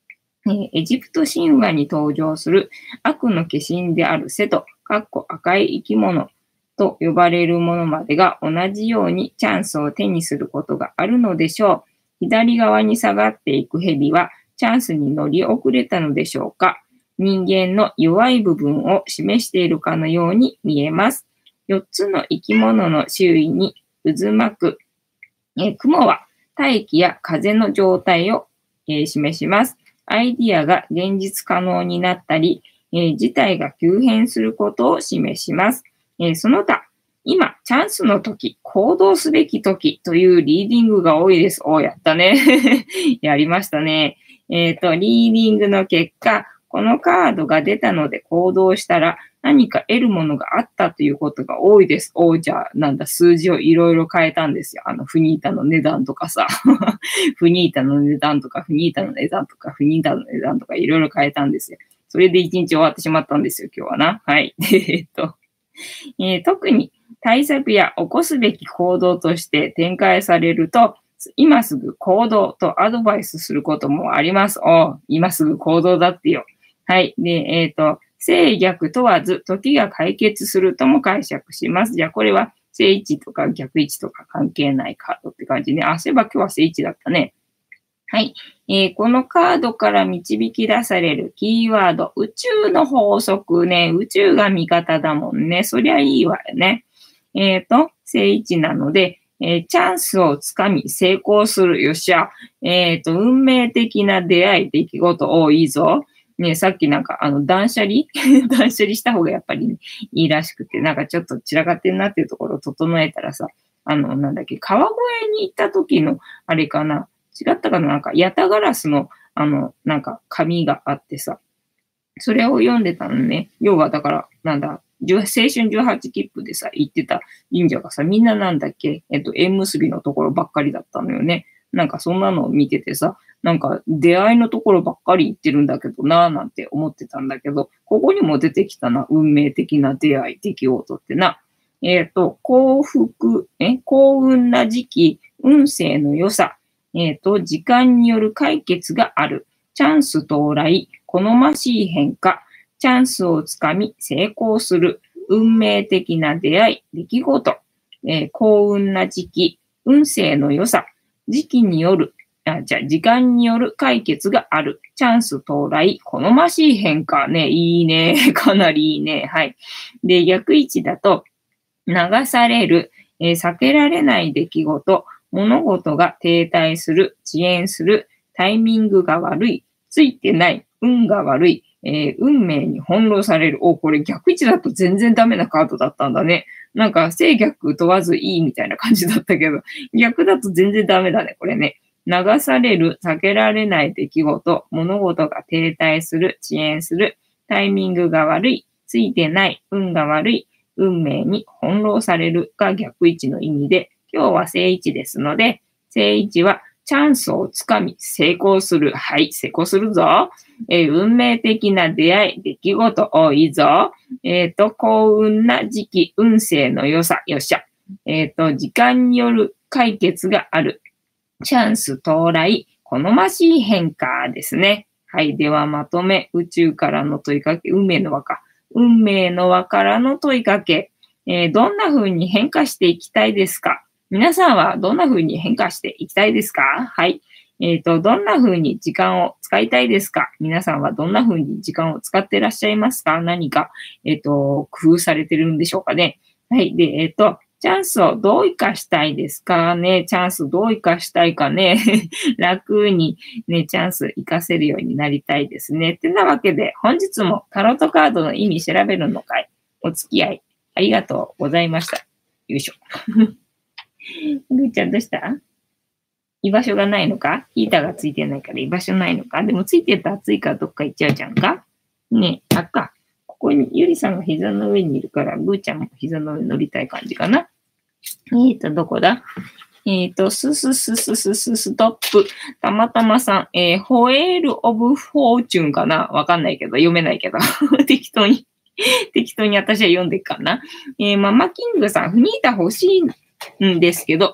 えーエジプト神話に登場する悪の化身であるセト、かっこ赤い生き物と呼ばれるものまでが同じようにチャンスを手にすることがあるのでしょう。左側に下がっていく蛇はチャンスに乗り遅れたのでしょうか。人間の弱い部分を示しているかのように見えます。よっつの生き物の周囲に渦巻く、えー雲は大気や風の状態を、えー示します。アイディアが現実可能になったり、えー事態が急変することを示します。えーその他、今、チャンスの時、行動すべき時というリーディングが多いです。おー、やったね。やりましたね。えっと、リーディングの結果、このカードが出たので行動したら何か得るものがあったということが多いです。おー、じゃあ、なんだ、数字をいろいろ変えたんですよ。あの、フニータの値段とかさ。フニータの値段とか、フニータの値段とか、フニータの値段とかいろいろ変えたんですよ。それで一日終わってしまったんですよ、今日はな。はい。えっと、えー特に対策や起こすべき行動として展開されると、今すぐ行動とアドバイスすることもあります。お今すぐ行動だってよ。はい。で、えっ、と、正逆問わず、時が解決するとも解釈します。じゃあ、これは正位置とか逆位置とか関係ないカードって感じね。あ、そういえば今日は正位置だったね。はい。えーこのカードから導き出されるキーワード、宇宙の法則ね。宇宙が味方だもんね。そりゃいいわよね。えっ、と、正位置なので、えーチャンスをつかみ成功する。よっしゃ。えっ、と、運命的な出会い、出来事。おいいぞ。ね、さっきなんか、あの、断捨離断捨離した方がやっぱり、ね、いいらしくて、なんかちょっと散らかってんなっていうところを整えたらさ、あの、なんだっけ、川越に行った時の、あれかな。違ったかななんか、ヤタガラスの、あの、なんか、紙があってさ、それを読んでたのね。要は、だから、なんだ、じゅう青春じゅうはち切符でさ、行ってた神社がさ、みんななんだっけ、えっと、縁結びのところばっかりだったのよね。なんか、そんなのを見ててさ、なんか、出会いのところばっかり行ってるんだけどなぁ、なんて思ってたんだけど、ここにも出てきたな、運命的な出会い、出来事ってな。えっと、幸福、え、幸運な時期、運勢の良さ、えっと、時間による解決がある。チャンス到来、好ましい変化、チャンスをつかみ成功する。運命的な出会い、出来事、えー幸運な時期、運勢の良さ、時期による、あ、じゃあ時間による解決がある。チャンス到来、好ましい変化。ね、いいね。かなりいいね。はい。で、逆位置だと、流される、えー避けられない出来事、物事が停滞する、遅延する、タイミングが悪い、ついてない、運が悪い、えー運命に翻弄される。お、これ逆位置だと全然ダメなカードだったんだね。なんか正逆問わずいいみたいな感じだったけど、逆だと全然ダメだね、これね。流される、避けられない出来事、物事が停滞する、遅延する、タイミングが悪い、ついてない、運が悪い、運命に翻弄されるが逆位置の意味で、今日は正位置ですので、正位置はチャンスをつかみ成功する。はい、成功するぞ。えー運命的な出会い、出来事、多いぞ。えっ、と、幸運な時期、運勢の良さ、よっしゃ。えっ、と、時間による解決がある。チャンス到来、好ましい変化ですね。はい。ではまとめ、宇宙からの問いかけ、運命の輪か。運命の輪からの問いかけ。えーどんな風に変化していきたいですか？皆さんはどんな風に変化していきたいですか？はい。えっ、と、どんな風に時間を使いたいですか？皆さんはどんな風に時間を使っていらっしゃいますか？何か、えっ、と、工夫されてるんでしょうかね。はい。で、えっ、と、チャンスをどう生かしたいですかね。チャンスどう生かしたいかね。楽にね、チャンス生かせるようになりたいですね。ってなわけで、本日もタロットカードの意味調べるの会、お付き合いありがとうございました。よいしょ。ぐーちゃんどうした？居場所がないのか？ヒーターがついてないから居場所ないのか？でもついてると暑いからどっか行っちゃうじゃんか？ねえ、あっか。ここにゆりさんが膝の上にいるから、ぐーちゃんも膝の上に乗りたい感じかな。えーと、どこだ？えっ、と、ススススススストップ。たまたまさん、えー、ホエール・オブ・フォーチュンかな？わかんないけど、読めないけど。適当に、適当に私は読んでっかな。えー、ママキングさん、フニータ欲しいんですけど、あ、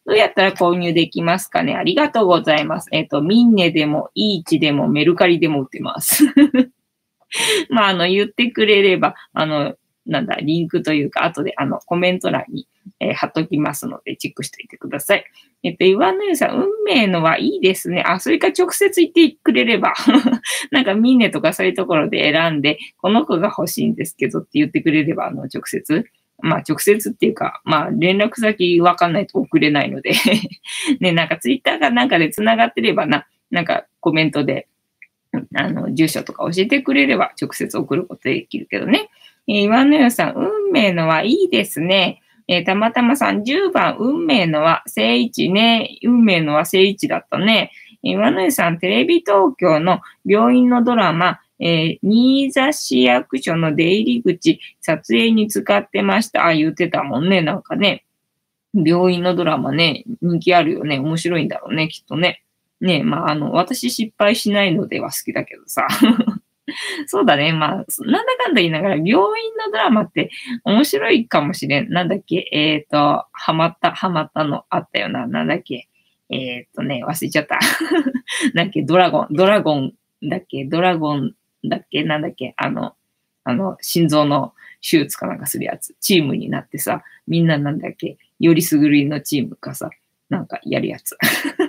どうやったら購入できますかね？ありがとうございます。えっと、ミンネでも、イーチでも、メルカリでも売ってます。まあ、あの、言ってくれれば、あの、なんだ、リンクというか、後で、あの、コメント欄に、えー貼っときますので、チェックしておいてください。えっと、岩の湯さん、運命のはいいですね。あ、それか直接言ってくれれば。なんか、ミンネとかそういうところで選んで、この子が欲しいんですけどって言ってくれれば、あの、直接。まあ、直接っていうか、まあ、連絡先わかんないと送れないのでね、なんかツイッターかなんかで繋がってればな、なんかコメントで、あの、住所とか教えてくれれば直接送ることできるけどね。えー、岩野湯さん、運命のはいいですね。えー、たまたまさん、じゅうばん、運命のは正位置ね。運命のは正位置だったね。えー、岩野湯さん、テレビ東京の病院のドラマ、えー、新座市役所の出入り口、撮影に使ってました。あ、言ってたもんね、なんかね。病院のドラマね、人気あるよね。面白いんだろうね、きっとね。ねえ、まあ、あの、私失敗しないのでは好きだけどさ。そうだね。まあ、なんだかんだ言いながら、病院のドラマって面白いかもしれん。なんだっけ、えっ、と、ハマった、ハマったのあったよな。なんだっけ。えっ、とね、忘れちゃった。なんだっけ、ドラゴン、ドラゴンだっけ、ドラゴンだっけ、なんだっけ、あの、あの、心臓の手術かなんかするやつ。チームになってさ、みんななんだっけ、よりすぐりのチームかさ、なんかやるやつ。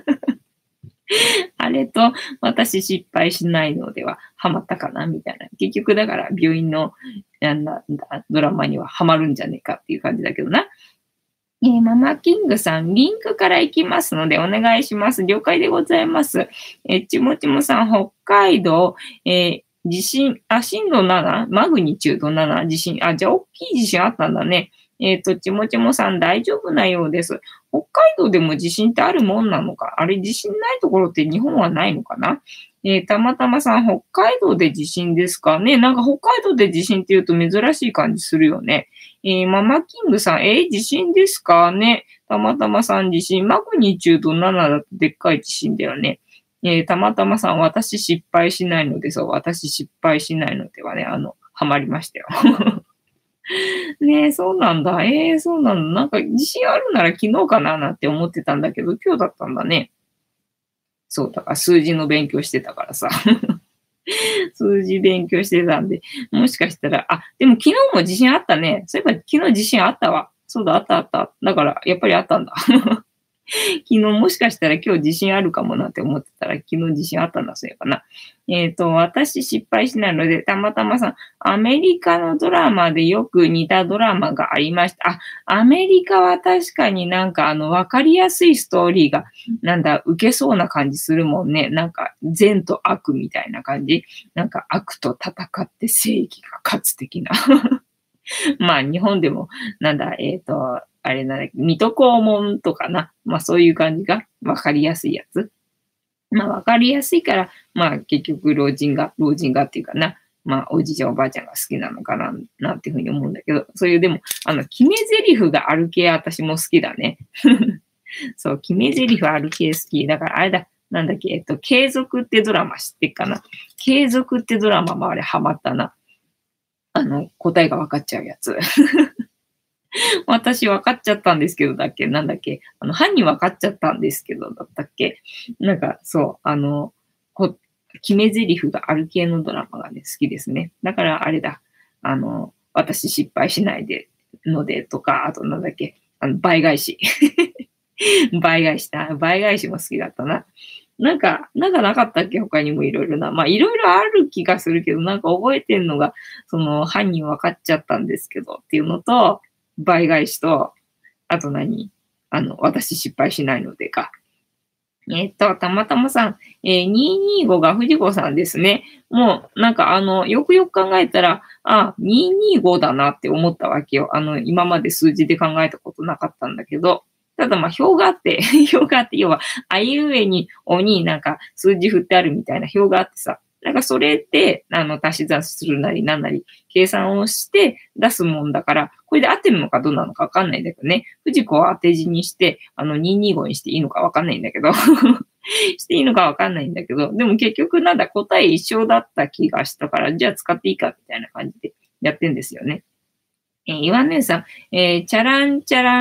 あれと私失敗しないのではハマったかなみたいな。結局だから病院のなんだドラマにはハマるんじゃねえかっていう感じだけどな。えー、ママキングさん、リンクから行きますのでお願いします。了解でございます。えー、ちもちもさん、北海道、えー、地震、あ、震度なな? マグニチュードなな? 地震、あ、じゃあ大きい地震あったんだね。えっと、ちもちもさん大丈夫なようです。北海道でも地震ってあるもんなのか？あれ、地震ないところって日本はないのかな？えー、たまたまさん、北海道で地震ですかね？なんか北海道で地震って言うと珍しい感じするよね。えー、ママキングさん、えー、地震ですかね？たまたまさん地震、マグニチュードななだとでっかい地震だよね。えー、たまたまさん、私失敗しないので、そう、私失敗しないのではね、あの、ハマりましたよ。ねえ、そうなんだ。ええ、そうなんだ。なんか自信あるなら昨日かななんて思ってたんだけど、今日だったんだね。そう、だから数字の勉強してたからさ。数字勉強してたんで、もしかしたら、あ、でも昨日も自信あったね。そういえば昨日自信あったわ。そうだ、あったあった。だから、やっぱりあったんだ。昨日もしかしたら今日自信あるかもなって思ってたら、昨日自信あったんだ、そういえばな。えっ、と、私失敗しないので、たまたまさん、アメリカのドラマでよく似たドラマがありました。あ、アメリカは確かになんかあの、わかりやすいストーリーが、なんだ、受けそうな感じするもんね。なんか、善と悪みたいな感じ。なんか悪と戦って正義が勝つ的な。まあ、日本でも、なんだ、えっ、と、あれなんだっけ、水戸黄門とかな。まあ、そういう感じがわかりやすいやつ。まあ、わかりやすいから、まあ、結局、老人が、老人がっていうかな。まあ、おじいちゃんおばあちゃんが好きなのかな、なんていうふうに思うんだけど、そういう、でも、あの、決め台詞がある系、私も好きだね。そう、決め台詞ある系好き。だから、あれだ、なんだっけ、えっと、継続ってドラマ知ってっかな。継続ってドラマもあれハマったな。あの、答えが分かっちゃうやつ。私分かっちゃったんですけどだっけなんだっけあの、犯人分かっちゃったんですけどだったっけなんか、そう、あの、こ決め台詞がある系のドラマがね、好きですね。だからあれだ、あの、私失敗しないで、のでとか、あとなんだっけあの、倍返し。倍返しだ。倍返しも好きだったな。なんか、なんかなかったっけ他にもいろいろな。まあ、いろいろある気がするけど、なんか覚えてんのが、その、犯人分かっちゃったんですけどっていうのと、倍返しと、あと何あの、私失敗しないのでか。えっと、たまたまさん、えー、にひゃくにじゅうごが藤子さんですね。もう、なんかあの、よくよく考えたら、あ、にひゃくにじゅうごだなって思ったわけよ。あの、今まで数字で考えたことなかったんだけど、ただまあ表があって、表があって、要は、あいうえにおになんか数字振ってあるみたいな表があってさ、なんかそれで、あの、足し算するなりなんなり、計算をして出すもんだから、これで合ってるのかどうなのかわかんないんだけどね。藤子は当て字にして、あの、にひゃくにじゅうごにしていいのかわかんないんだけど。していいのかわかんないんだけど、でも結局なんだ答え一緒だった気がしたから、じゃあ使っていいかみたいな感じでやってんですよね。えー、岩根さん、えー、チャランチャラン、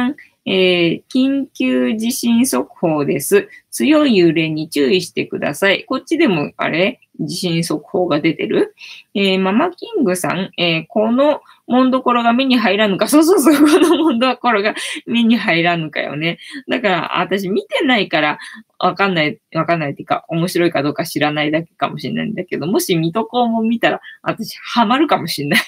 えー、緊急地震速報です。強い揺れに注意してください。こっちでも、あれ地震速報が出てる？えー、ママキングさん、えー、このもんどころが目に入らぬか。そうそうそう、このもんどころが目に入らぬかよね。だから、私見てないから、わかんない、わかんないっていうか、面白いかどうか知らないだけかもしれないんだけど、もし水戸黄門見たら、私ハマるかもしれない。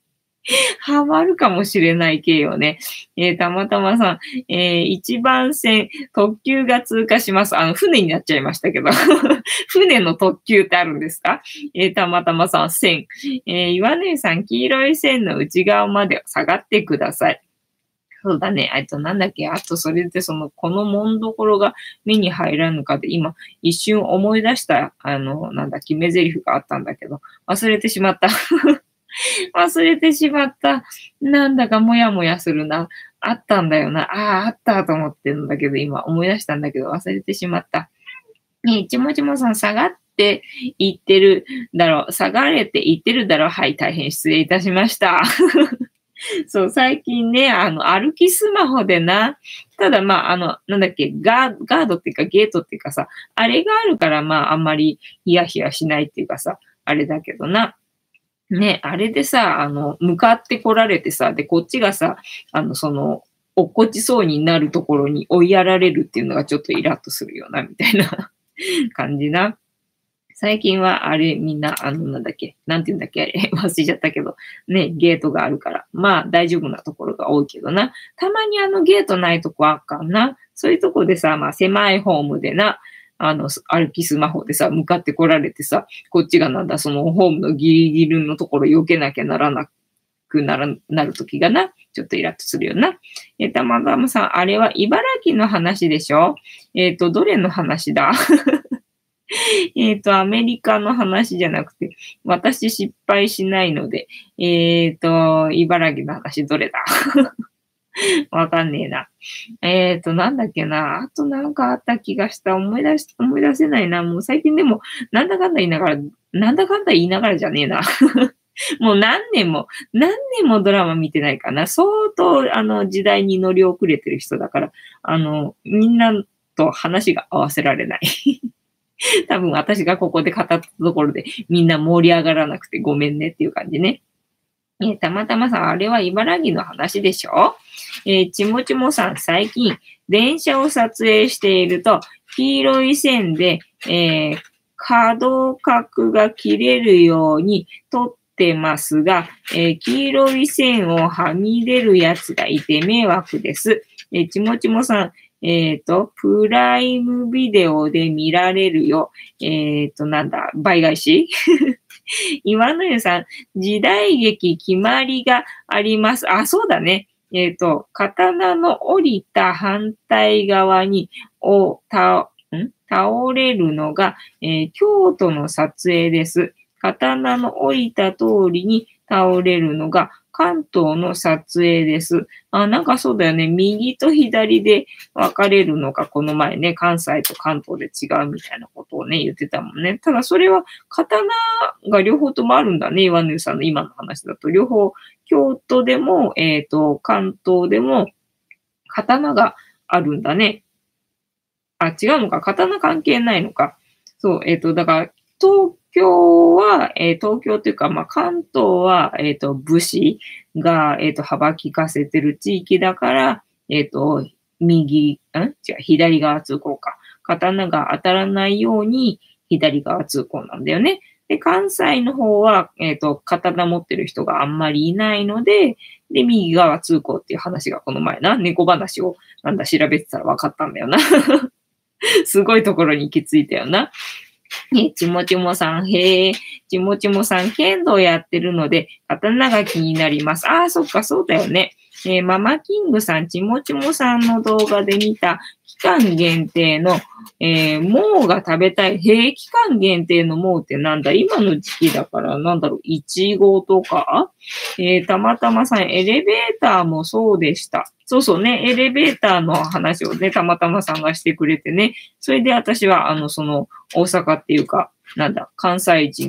ハマるかもしれない系よね。えー、たまたまさん、えー、一番線、特急が通過します。あの、船になっちゃいましたけど。船の特急ってあるんですか？えー、たまたまさん、線。えー、岩根さん、黄色い線の内側まで下がってください。そうだね。あとなんだっけあとそれでその、このもんどころが目に入らぬかで、今一瞬思い出した、あの、なんだ、決め台詞があったんだけど、忘れてしまった。忘れてしまった。なんだかもやもやするな。あったんだよな。ああ、あったと思ってるんだけど、今思い出したんだけど、忘れてしまった。ねえ、ちもちもさん下がっていってるだろう。下がれていってるだろう。はい、大変失礼いたしました。そう、最近ね、あの、歩きスマホでな、ただまあ、あの、なんだっけ、ガード、ガードっていうかゲートっていうかさ、あれがあるからまあ、あんまりヒヤヒヤしないっていうかさ、あれだけどな。ね、あれでさ、あの、向かって来られてさ、で、こっちがさ、あの、その、落っこちそうになるところに追いやられるっていうのがちょっとイラッとするよな、みたいな感じな。最近はあれみんな、あの、なんだっけ、なんて言うんだっけ、あれ、忘れちゃったけど、ね、ゲートがあるから、まあ大丈夫なところが多いけどな。たまにあのゲートないとこあっかんな。そういうとこでさ、まあ狭いホームでな、あの、歩きスマホでさ、向かって来られてさ、こっちがなんだ、そのホームのギリギリのところ避けなきゃならなくなる、なるときがな、ちょっとイラッとするよな。えー、たまたまさん、あれは茨城の話でしょ？えっと、どれの話だ？えっと、アメリカの話じゃなくて、私失敗しないので、えっと、茨城の話どれだ？わかんねえな。えっと、なんだっけな。あとなんかあった気がした。思い出し、思い出せないな。もう最近でも、なんだかんだ言いながら、なんだかんだ言いながらじゃねえな。もう何年も、何年もドラマ見てないかな。相当、あの、時代に乗り遅れてる人だから、あの、みんなと話が合わせられない。多分私がここで語ったところでみんな盛り上がらなくてごめんねっていう感じね。えー、たまたまさん、あれは茨城の話でしょ？えー、ちもちもさん、最近、電車を撮影していると、黄色い線で、えー、角角が切れるように撮ってますが、えー、黄色い線をはみ出るやつがいて迷惑です。えー、ちもちもさん、えっと、プライムビデオで見られるよ。えっと、なんだ、倍返し岩野湯さん、時代劇決まりがあります。あ、そうだね。えっと、刀の降りた反対側に、を、た、ん倒れるのが、えー京都の撮影です。刀の降りた通りに倒れるのが関東の撮影です。あ、なんかそうだよね。右と左で分かれるのがこの前ね、関西と関東で違うみたいなことをね、言ってたもんね。ただそれは刀が両方ともあるんだね。岩根さんの今の話だと。両方、京都でも、えっと、関東でも刀があるんだね。あ、違うのか。刀関係ないのか。そう、えっと、だから、東京は、えー東京というか、まあ、関東は、えっと、武士が、えっと、幅利かせてる地域だから、えっと、右、ん違う、左側通行か。刀が当たらないように、左側通行なんだよね。で、関西の方は、えっと、刀持ってる人があんまりいないので、で、右側通行っていう話がこの前な、猫話をなんだ調べてたら分かったんだよな。すごいところに行き着いたよな。え、ちもちもさん、へえ、ちもちもさん、剣道やってるので、刀が気になります。ああ、そっか、そうだよね。えーママキングさん、ちもちもさんの動画で見た、期間限定の、えー、もうが食べたい。へえ、期間限定のもうってなんだ？今の時期だから、なんだろう、いちごとかえー、たまたまさん、エレベーターもそうでした。そうそうね、エレベーターの話をね、たまたまさんがしてくれてね。それで私は、あの、その、大阪っていうか、なんだ、関西人は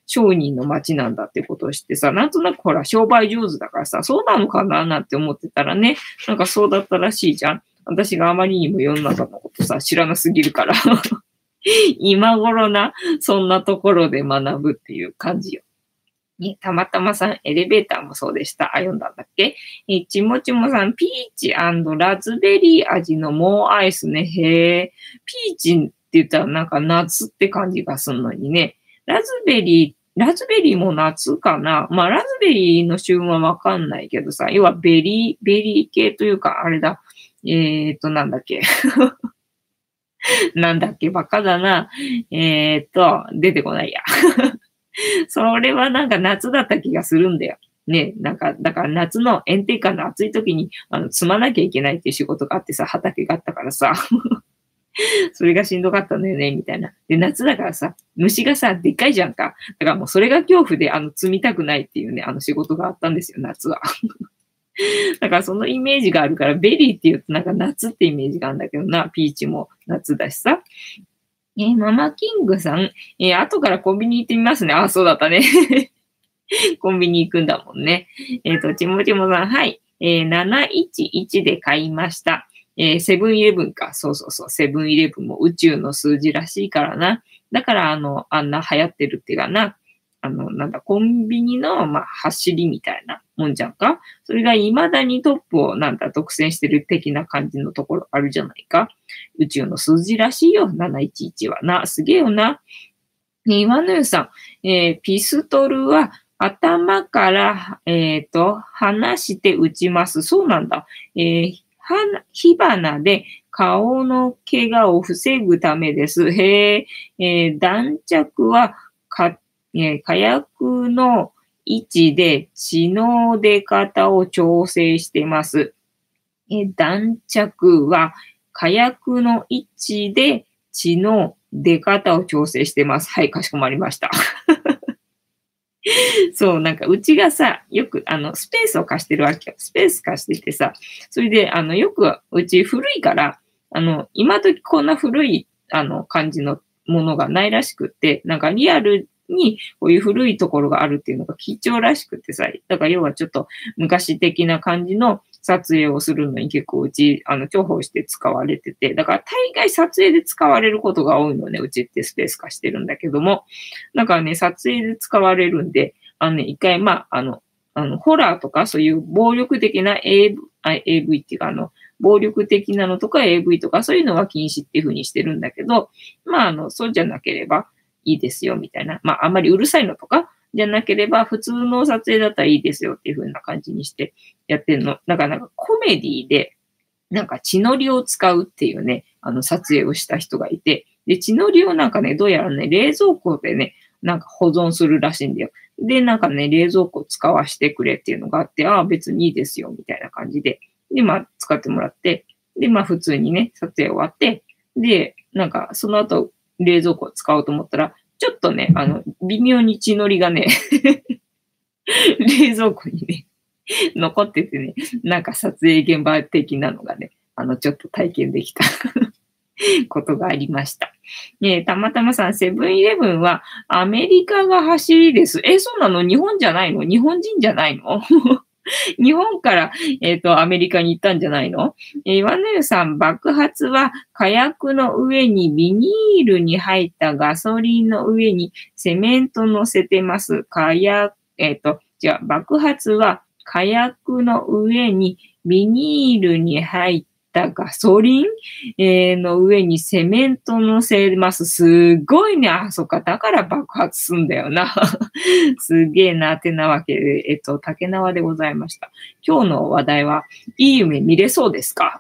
商人の町なんだってことを知ってさ、なんとなくほら、商売上手だからさ、そうなのかななんて思ってたらね、なんかそうだったらしいじゃん。私があまりにも世の中のことさ、知らなすぎるから。今頃な、そんなところで学ぶっていう感じよ。ね、たまたまさん、エレベーターもそうでした。あ、読んだんだっけえ、ちもちもさん、ピーチ&ラズベリー味のモーアイスね。へえ。ピーチって言ったらなんか夏って感じがするのにね。ラズベリー、ラズベリーも夏かな。まあ、ラズベリーの旬はわかんないけどさ、要はベリー、ベリー系というか、あれだ。えーっと、なんだっけ。なんだっけ、バカだな。えーっと、出てこないや。それはなんか夏だった気がするんだよ。ね、なんか、だから夏の炎天下の暑い時に、あの、積まなきゃいけないっていう仕事があってさ、畑があったからさ、それがしんどかったんだよね、みたいな。で、夏だからさ、虫がさ、でっかいじゃんか。だからもうそれが恐怖で、あの、積みたくないっていうね、あの仕事があったんですよ、夏は。だからそのイメージがあるから、ベリーって言うとなんか夏ってイメージがあるんだけどな、ピーチも夏だしさ。えーママキングさん、えー後からコンビニ行ってみますね。あ、そうだったね。コンビニ行くんだもんね。えっ、と、ちもちもさん、はい。えー、なないちいちで買いました。えー、セブンイレブンか。そうそうそう。セブンイレブンも宇宙の数字らしいからな。だから、あの、あんな流行ってるっていうかな。あの、なんだ、コンビニの、まあ、走りみたいなもんじゃんか。それが未だにトップを、なんだ、独占してる的な感じのところあるじゃないか。宇宙の数字らしいよ。なないちいちはな。すげえよな。ね、岩野湯さん、えーピストルは頭から、えっと、離して撃ちます。そうなんだ。えーは火花で顔の怪我を防ぐためです。へえ、えー弾着はか、えー火薬の位置で血の出方を調整してます。えー弾着は火薬の位置で血の出方を調整してます。はい、かしこまりました。そう、なんかうちがさ、よくあのスペースを貸してるわけよ。スペース貸しててさ、それであのよくうち古いから、あの今時こんな古いあの感じのものがないらしくって、なんかリアルにこういう古いところがあるっていうのが貴重らしくてさ、だから要はちょっと昔的な感じの撮影をするのに結構うち、あの、重宝して使われてて、だから大概撮影で使われることが多いのね、うちってスペース化してるんだけども、だからね、撮影で使われるんで、あのね、一回、まあ、あの、あの、ホラーとかそういう暴力的な エーブイ、あ エーブイ っていうか、あの、暴力的なのとか エーブイ とかそういうのは禁止っていうふうにしてるんだけど、まあ、あの、そうじゃなければいいですよ、みたいな。まあ、あんまりうるさいのとか、じゃなければ、普通の撮影だったらいいですよっていう風な感じにしてやってるの。だからなんかコメディで、なんか血のりを使うっていうね、あの撮影をした人がいて、で、血のりをなんかね、どうやらね、冷蔵庫でね、なんか保存するらしいんだよ。で、なんかね、冷蔵庫使わせてくれっていうのがあって、ああ、別にいいですよ、みたいな感じで。で、まあ、使ってもらって、で、まあ、普通にね、撮影終わって、で、なんか、その後、冷蔵庫を使おうと思ったら、ちょっとね、あの、微妙に血のりがね、冷蔵庫にね、残っててね、なんか撮影現場的なのがね、あの、ちょっと体験できたことがありました。ねたまたまさん、セブンイレブンはアメリカが走りです。え、そうなの？日本じゃないの？日本人じゃないの？日本から、えっ、と、アメリカに行ったんじゃないの？えー、ワネルさん、爆発は火薬の上にビニールに入ったガソリンの上にセメント乗せてます。火薬、えっ、と、じゃあ、爆発は火薬の上にビニールに入ったガソリン、えーの上にセメント乗せます。すごいね。あ、そっか。だから爆発すんだよな。すげえな。てなわけで、えっと、竹縄でございました。今日の話題は、いい夢見れそうですか？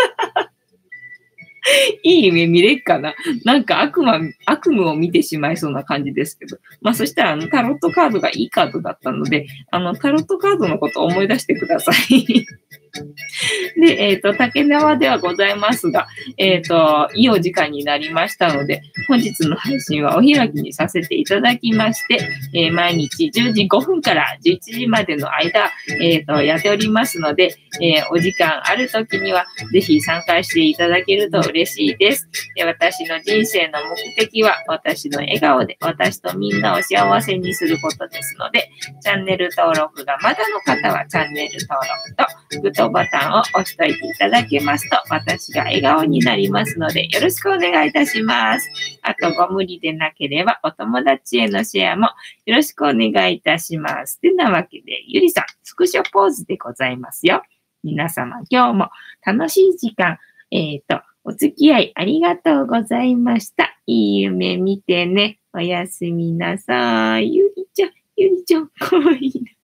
いい夢見れっかな。なんか悪魔、悪夢を見てしまいそうな感じですけど。まあそしたらあのタロットカードがいいカードだったので、あのタロットカードのことを思い出してください。で、えっ、と、竹縄ではございますが、えっ、と、いいお時間になりましたので、本日の配信はお開きにさせていただきまして、えー毎日じゅうじごふんからじゅういちじまでの間、えっ、と、やっておりますので、 えーお時間あるときには、ぜひ参加していただけると嬉しいです。で、私の人生の目的は、私の笑顔で私とみんなを幸せにすることですので、チャンネル登録がまだの方は、チャンネル登録とグッドボタンを押しておいていただけますと、私が笑顔になりますので、よろしくお願いいたします。あと、ご無理でなければ、お友達へのシェアもよろしくお願いいたします。てなわけで、ゆりさん、スクショポーズでございますよ。皆様、今日も楽しい時間、えっと、お付き合いありがとうございました。いい夢見てね。おやすみなさい。ゆりちゃん、ゆりちゃん、かわいいね。